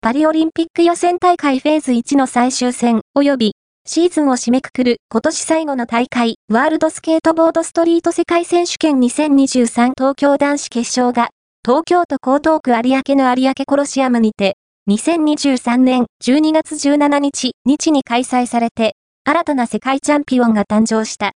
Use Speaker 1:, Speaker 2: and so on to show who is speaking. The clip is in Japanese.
Speaker 1: パリオリンピック予選大会フェーズ1の最終戦及びシーズンを締めくくる今年最後の大会ワールドスケートボードストリート世界選手権2023東京男子決勝が東京都江東区有明の有明コロシアムにて2023年12月17日に開催されて新たな世界チャンピオンが誕生した。